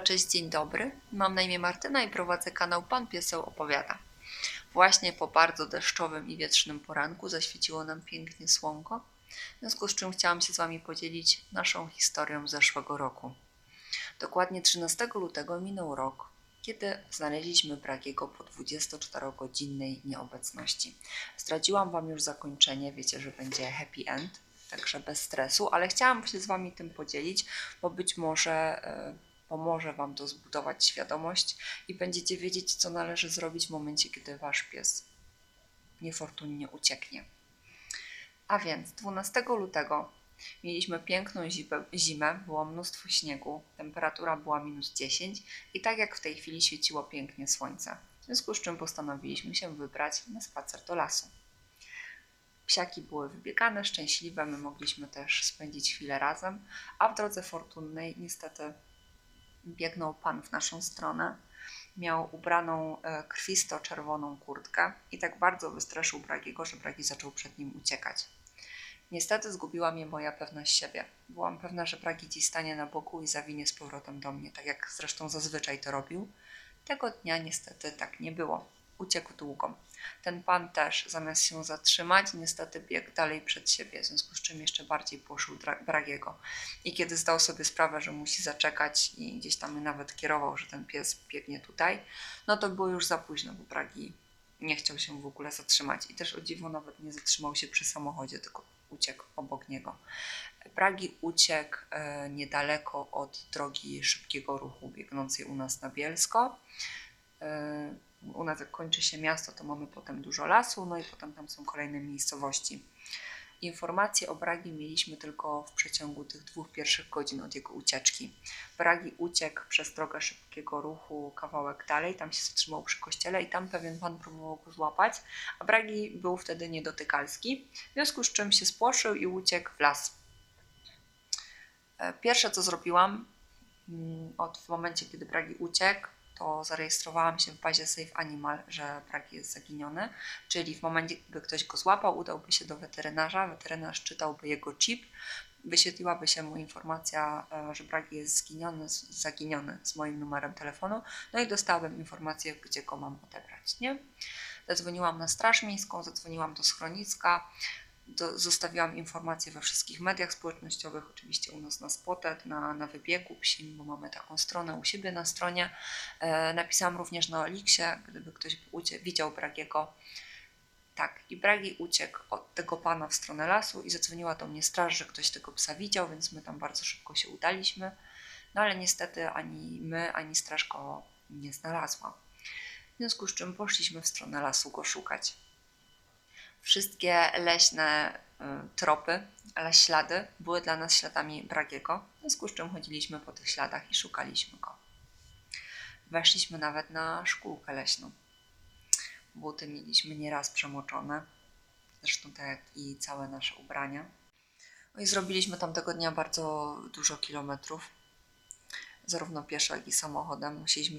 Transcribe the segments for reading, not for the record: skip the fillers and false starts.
cześć, dzień dobry. Mam na imię Martyna i prowadzę kanał Pan Pieseł Opowiada. Właśnie po bardzo deszczowym i wietrznym poranku zaświeciło nam pięknie słonko, w związku z czym chciałam się z Wami podzielić naszą historią z zeszłego roku. Dokładnie 13 lutego minął rok, kiedy znaleźliśmy Bragiego po 24-godzinnej nieobecności. Zdradziłam Wam już zakończenie, wiecie, że będzie happy end, także bez stresu, ale chciałam się z Wami tym podzielić, bo być może pomoże Wam to zbudować świadomość i będziecie wiedzieć, co należy zrobić w momencie, kiedy Wasz pies niefortunnie ucieknie. A więc 12 lutego mieliśmy piękną zimę, było mnóstwo śniegu, temperatura była -10 i tak jak w tej chwili świeciło pięknie słońce, w związku z czym postanowiliśmy się wybrać na spacer do lasu. Psiaki były wybiegane, szczęśliwe, my mogliśmy też spędzić chwilę razem, a w drodze fortunnej niestety biegnął pan w naszą stronę. Miał ubraną krwisto-czerwoną kurtkę i tak bardzo wystraszył Bragiego, że Bragi zaczął przed nim uciekać. Niestety zgubiła mnie moja pewność siebie. Byłam pewna, że Bragi dziś stanie na boku i zawinie z powrotem do mnie, tak jak zresztą zazwyczaj to robił. Tego dnia niestety tak nie było. Uciekł długo. Ten pan też, zamiast się zatrzymać, niestety biegł dalej przed siebie, w związku z czym jeszcze bardziej płoszył Bragiego. I kiedy zdał sobie sprawę, że musi zaczekać i gdzieś tam nawet kierował, że ten pies biegnie tutaj, no to było już za późno, bo Bragi nie chciał się w ogóle zatrzymać. I też o dziwo nawet nie zatrzymał się przy samochodzie, tylko uciekł obok niego. Bragi uciekł niedaleko od drogi szybkiego ruchu biegnącej u nas na Bielsko. U nas jak kończy się miasto, to mamy potem dużo lasu, no i potem tam są kolejne miejscowości. Informacje o Bragi mieliśmy tylko w przeciągu tych 2 pierwszych godzin od jego ucieczki. Bragi uciekł przez drogę szybkiego ruchu kawałek dalej, tam się zatrzymał przy kościele i tam pewien pan próbował go złapać, a Bragi był wtedy niedotykalski, w związku z czym się spłoszył i uciekł w las. Pierwsze co zrobiłam w momencie, kiedy Bragi uciekł, to zarejestrowałam się w bazie Save Animal, że Bragi jest zaginiony, czyli w momencie, gdy ktoś go złapał, udałby się do weterynarza, weterynarz czytałby jego chip, wyświetliłaby się mu informacja, że Bragi jest zaginiony z moim numerem telefonu, no i dostałabym informację, gdzie go mam odebrać, nie? Zadzwoniłam na straż miejską, zadzwoniłam do schroniska, zostawiłam informacje we wszystkich mediach społecznościowych, oczywiście u nas na Spotted, na wybiegu psim, bo mamy taką stronę u siebie na stronie. Napisałam również na Oliksie, gdyby ktoś widział Bragiego. Tak, i Bragi uciekł od tego pana w stronę lasu i zadzwoniła do mnie straż, że ktoś tego psa widział, więc my tam bardzo szybko się udaliśmy. No ale niestety ani my, ani straż go nie znalazła. W związku z czym poszliśmy w stronę lasu go szukać. Wszystkie leśne tropy, ale ślady były dla nas śladami Bragiego, w związku z czym chodziliśmy po tych śladach i szukaliśmy go. Weszliśmy nawet na szkółkę leśną. Buty mieliśmy nieraz przemoczone, zresztą tak jak i całe nasze ubrania. No i zrobiliśmy tamtego dnia bardzo dużo kilometrów, zarówno pieszo, jak i samochodem.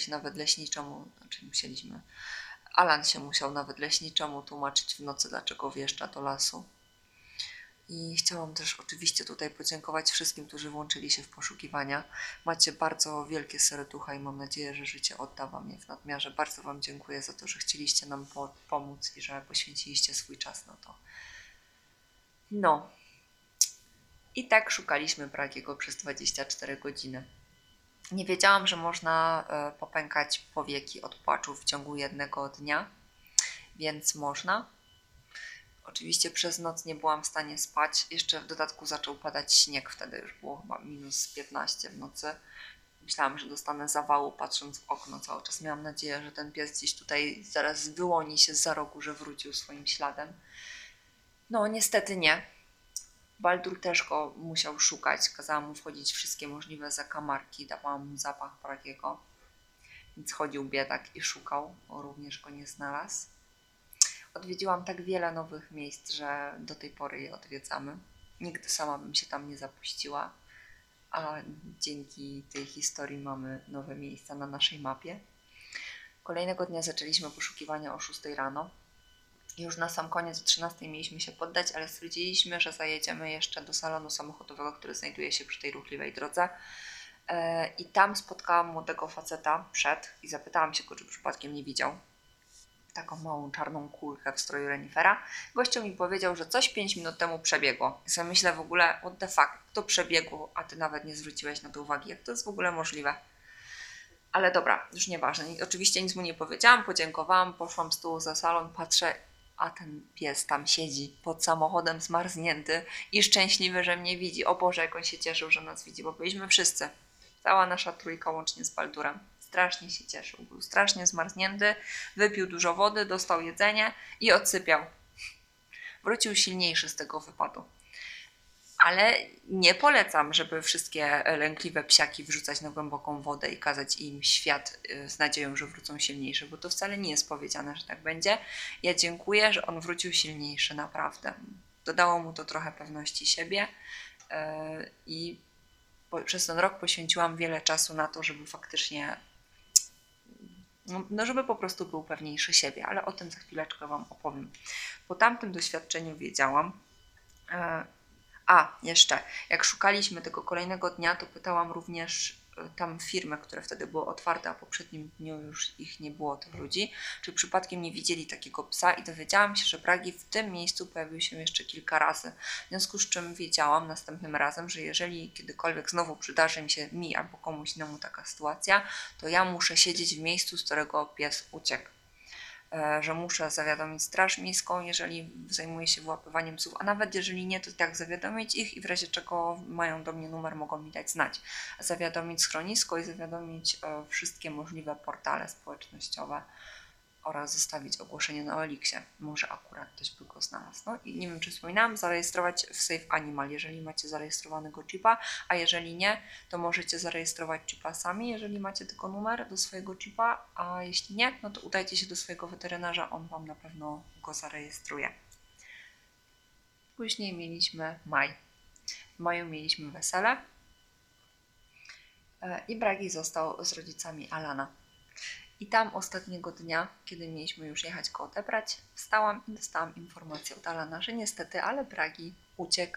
Alan się musiał nawet leśniczemu tłumaczyć w nocy, dlaczego wjeżdża do lasu. I chciałam też oczywiście tutaj podziękować wszystkim, którzy włączyli się w poszukiwania. Macie bardzo wielkie serducha i mam nadzieję, że życie odda Wam je w nadmiarze. Bardzo Wam dziękuję za to, że chcieliście nam pomóc i że poświęciliście swój czas na to. No. I tak szukaliśmy Bragiego przez 24 godziny. Nie wiedziałam, że można popękać powieki od płaczu w ciągu jednego dnia, więc można. Oczywiście przez noc nie byłam w stanie spać. Jeszcze w dodatku zaczął padać śnieg, wtedy już było chyba -15 w nocy. Myślałam, że dostanę zawału patrząc w okno cały czas. Miałam nadzieję, że ten pies gdzieś tutaj zaraz wyłoni się zza rogu, że wrócił swoim śladem. No niestety nie. Baldur też go musiał szukać. Kazałam mu wchodzić wszystkie możliwe zakamarki. Dawałam mu zapach Bragiego. Więc chodził biedak i szukał, bo również go nie znalazł. Odwiedziłam tak wiele nowych miejsc, że do tej pory je odwiedzamy. Nigdy sama bym się tam nie zapuściła, a dzięki tej historii mamy nowe miejsca na naszej mapie. Kolejnego dnia zaczęliśmy poszukiwania o 6 rano. Już na sam koniec o 13 mieliśmy się poddać, ale stwierdziliśmy, że zajedziemy jeszcze do salonu samochodowego, który znajduje się przy tej ruchliwej drodze. I tam spotkałam młodego faceta i zapytałam się go, czy przypadkiem nie widział taką małą czarną kulkę w stroju renifera. Gościu mi powiedział, że coś 5 minut temu przebiegło. I sobie myślę w ogóle, what the fuck, to przebiegło, a ty nawet nie zwróciłeś na to uwagi. Jak to jest w ogóle możliwe? Ale dobra, już nieważne. Oczywiście nic mu nie powiedziałam, podziękowałam, poszłam z tyłu za salon, patrzę, a ten pies tam siedzi pod samochodem zmarznięty i szczęśliwy, że mnie widzi. O Boże, jak on się cieszył, że nas widzi, bo byliśmy wszyscy. Cała nasza trójka łącznie z Baldurem. Strasznie się cieszył, był strasznie zmarznięty, wypił dużo wody, dostał jedzenie i odsypiał. Wrócił silniejszy z tego wypadu. Ale nie polecam, żeby wszystkie lękliwe psiaki wrzucać na głęboką wodę i kazać im świat z nadzieją, że wrócą silniejsze, bo to wcale nie jest powiedziane, że tak będzie. Ja dziękuję, że on wrócił silniejszy, naprawdę. Dodało mu to trochę pewności siebie i przez ten rok poświęciłam wiele czasu na to, żeby faktycznie, no żeby po prostu był pewniejszy siebie, ale o tym za chwileczkę Wam opowiem. Po tamtym doświadczeniu wiedziałam, jeszcze, jak szukaliśmy tego kolejnego dnia, to pytałam również tam firmy, które wtedy były otwarte, a poprzednim dniu już ich nie było, tych ludzi, czy przypadkiem nie widzieli takiego psa i dowiedziałam się, że Bragi w tym miejscu pojawił się jeszcze kilka razy. W związku z czym wiedziałam następnym razem, że jeżeli kiedykolwiek znowu przydarzy mi albo komuś innemu taka sytuacja, to ja muszę siedzieć w miejscu, z którego pies uciekł. Że muszę zawiadomić Straż Miejską, jeżeli zajmuję się wyłapywaniem psów, a nawet jeżeli nie, to tak zawiadomić ich i w razie czego mają do mnie numer, mogą mi dać znać. Zawiadomić schronisko i zawiadomić wszystkie możliwe portale społecznościowe oraz zostawić ogłoszenie na Oliksie. Może akurat ktoś by go znalazł. No i nie wiem, czy wspominałam, zarejestrować w Safe Animal, jeżeli macie zarejestrowanego chipa, a jeżeli nie, to możecie zarejestrować chipa sami, jeżeli macie tylko numer do swojego chipa, a jeśli nie, no to udajcie się do swojego weterynarza, on Wam na pewno go zarejestruje. Później mieliśmy maj. W maju mieliśmy wesele i Bragi został z rodzicami Alana. I tam ostatniego dnia, kiedy mieliśmy już jechać go odebrać, wstałam i dostałam informację od Alana, że niestety, ale Bragi uciekł.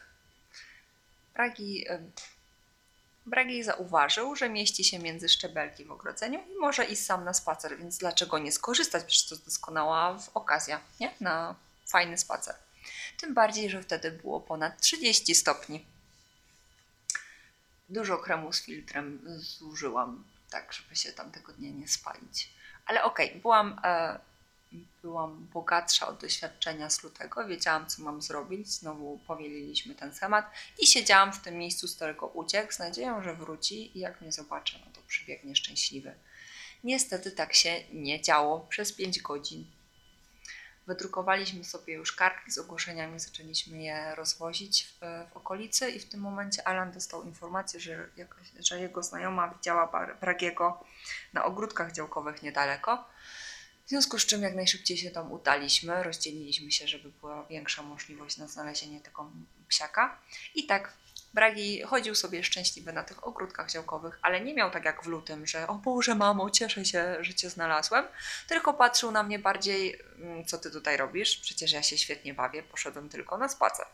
Bragi zauważył, że mieści się między szczebelki w ogrodzeniu i może iść sam na spacer, więc dlaczego nie skorzystać? Przecież to doskonała okazja, nie? Na fajny spacer. Tym bardziej, że wtedy było ponad 30 stopni. Dużo kremu z filtrem zużyłam, tak żeby się tamtego dnia nie spalić. Ale okej, byłam bogatsza od doświadczenia z lutego, wiedziałam, co mam zrobić, znowu powieliliśmy ten temat i siedziałam w tym miejscu, z którego uciekł, z nadzieją, że wróci i jak mnie zobaczy, no to przybiegnie szczęśliwy. Niestety tak się nie działo przez 5 godzin. Wydrukowaliśmy sobie już kartki z ogłoszeniami, zaczęliśmy je rozwozić w okolicy i w tym momencie Alan dostał informację, że jego znajoma widziała Bragiego na ogródkach działkowych niedaleko. W związku z czym jak najszybciej się tam udaliśmy, rozdzieliliśmy się, żeby była większa możliwość na znalezienie tego psiaka. I tak Bragi chodził sobie szczęśliwy na tych ogródkach działkowych, ale nie miał tak jak w lutym, że o Boże mamo, cieszę się, że Cię znalazłem, tylko patrzył na mnie bardziej, co Ty tutaj robisz, przecież ja się świetnie bawię, poszedłem tylko na spacer.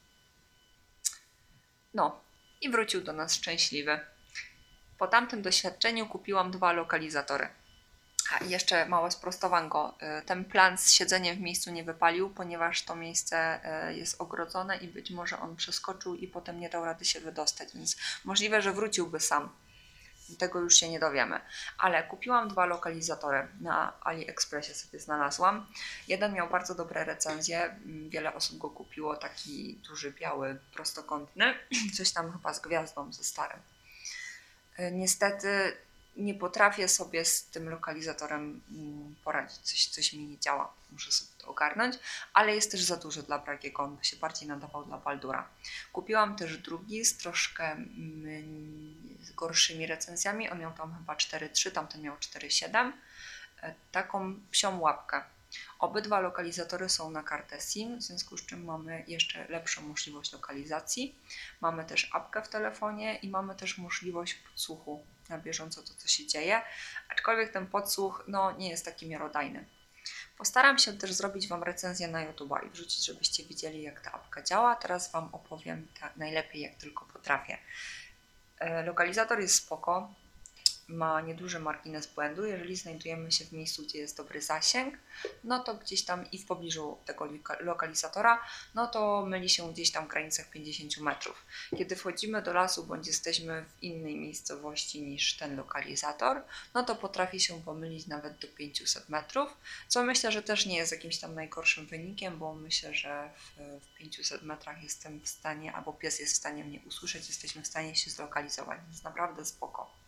No i wrócił do nas szczęśliwy. Po tamtym doświadczeniu kupiłam 2 lokalizatory. A i jeszcze małe sprostowanko. Ten plan z siedzeniem w miejscu nie wypalił, ponieważ to miejsce jest ogrodzone i być może on przeskoczył i potem nie dał rady się wydostać, więc możliwe, że wróciłby sam. Tego już się nie dowiemy. Ale kupiłam 2 lokalizatory. Na AliExpressie sobie znalazłam. Jeden miał bardzo dobre recenzje. Wiele osób go kupiło. Taki duży, biały, prostokątny. Coś tam chyba z gwiazdą, ze starym. Niestety nie potrafię sobie z tym lokalizatorem poradzić. Coś mi nie działa. Muszę sobie to ogarnąć. Ale jest też za duży dla Bragiego. On by się bardziej nadawał dla Baldura. Kupiłam też drugi z troszkę z gorszymi recenzjami. On miał tam chyba 4,3, tamten miał 4,7. Taką psią łapkę. Obydwa lokalizatory są na kartę SIM, w związku z czym mamy jeszcze lepszą możliwość lokalizacji. Mamy też apkę w telefonie i mamy też możliwość podsłuchu na bieżąco to, co się dzieje, aczkolwiek ten podsłuch nie jest taki miarodajny. Postaram się też zrobić Wam recenzję na YouTube i wrzucić, żebyście widzieli, jak ta apka działa. Teraz Wam opowiem najlepiej, jak tylko potrafię. Lokalizator jest spoko, ma nieduży margines błędu. Jeżeli znajdujemy się w miejscu, gdzie jest dobry zasięg, no to gdzieś tam i w pobliżu tego lokalizatora, no to myli się gdzieś tam w granicach 50 metrów. Kiedy wchodzimy do lasu, bądź jesteśmy w innej miejscowości niż ten lokalizator, no to potrafi się pomylić nawet do 500 metrów, co myślę, że też nie jest jakimś tam najgorszym wynikiem, bo myślę, że w 500 metrach jestem w stanie, albo pies jest w stanie mnie usłyszeć, jesteśmy w stanie się zlokalizować, więc naprawdę spoko.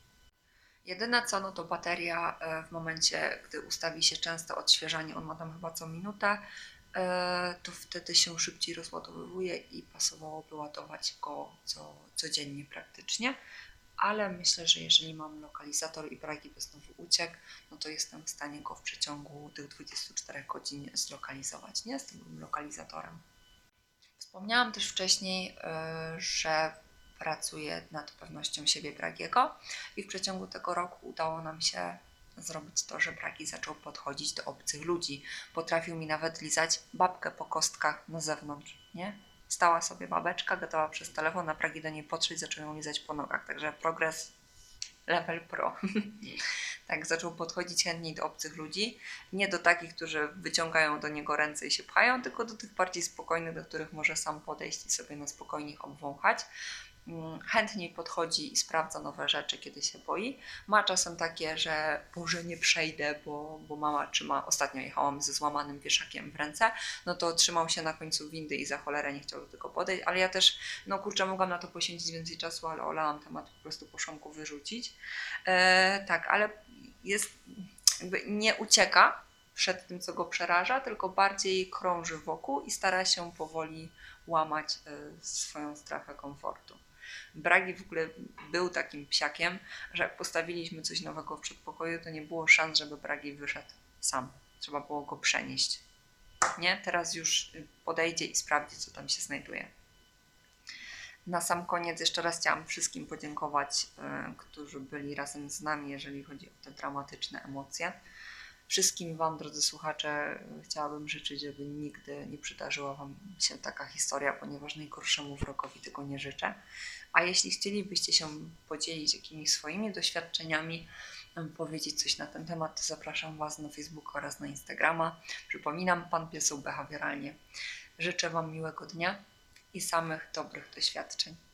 Jedyne co, no to bateria w momencie, gdy ustawi się częste odświeżanie, on ma tam chyba co minutę, to wtedy się szybciej rozładowywuje i pasowałoby ładować go codziennie praktycznie. Ale myślę, że jeżeli mam lokalizator i Bragi by znowu uciekł, no to jestem w stanie go w przeciągu tych 24 godzin zlokalizować, nie? Z tym lokalizatorem. Wspomniałam też wcześniej, że pracuję nad pewnością siebie Bragiego i w przeciągu tego roku udało nam się zrobić to, że Bragi zaczął podchodzić do obcych ludzi. Potrafił mi nawet lizać babkę po kostkach na zewnątrz, nie? Stała sobie babeczka, gadała przez telefon, a Bragi do niej podszedł i zaczął ją lizać po nogach. Także progres level pro. Tak, zaczął podchodzić chętniej do obcych ludzi. Nie do takich, którzy wyciągają do niego ręce i się pchają, tylko do tych bardziej spokojnych, do których może sam podejść i sobie na spokojnie ich obwąchać. Chętniej podchodzi i sprawdza nowe rzeczy, kiedy się boi. Ma czasem takie, że Boże, nie przejdę, bo mama trzyma, ostatnio jechałam ze złamanym wieszakiem w ręce, no to trzymał się na końcu windy i za cholerę nie chciał do tego podejść, ale ja też, no kurczę, mogłam na to poświęcić więcej czasu, ale olałam temat, po prostu poszłam go wyrzucić. Tak, ale jest, jakby nie ucieka przed tym, co go przeraża, tylko bardziej krąży wokół i stara się powoli łamać swoją strefę komfortu. Bragi w ogóle był takim psiakiem, że jak postawiliśmy coś nowego w przedpokoju, to nie było szans, żeby Bragi wyszedł sam. Trzeba było go przenieść. Nie? Teraz już podejdzie i sprawdzi, co tam się znajduje. Na sam koniec jeszcze raz chciałam wszystkim podziękować, którzy byli razem z nami, jeżeli chodzi o te dramatyczne emocje. Wszystkim Wam, drodzy słuchacze, chciałabym życzyć, żeby nigdy nie przydarzyła Wam się taka historia, ponieważ najgorszemu wrogowi tego nie życzę. A jeśli chcielibyście się podzielić jakimiś swoimi doświadczeniami, powiedzieć coś na ten temat, to zapraszam Was na Facebooka oraz na Instagrama. Przypominam, Pan Piesów Behawioralnie. Życzę Wam miłego dnia i samych dobrych doświadczeń.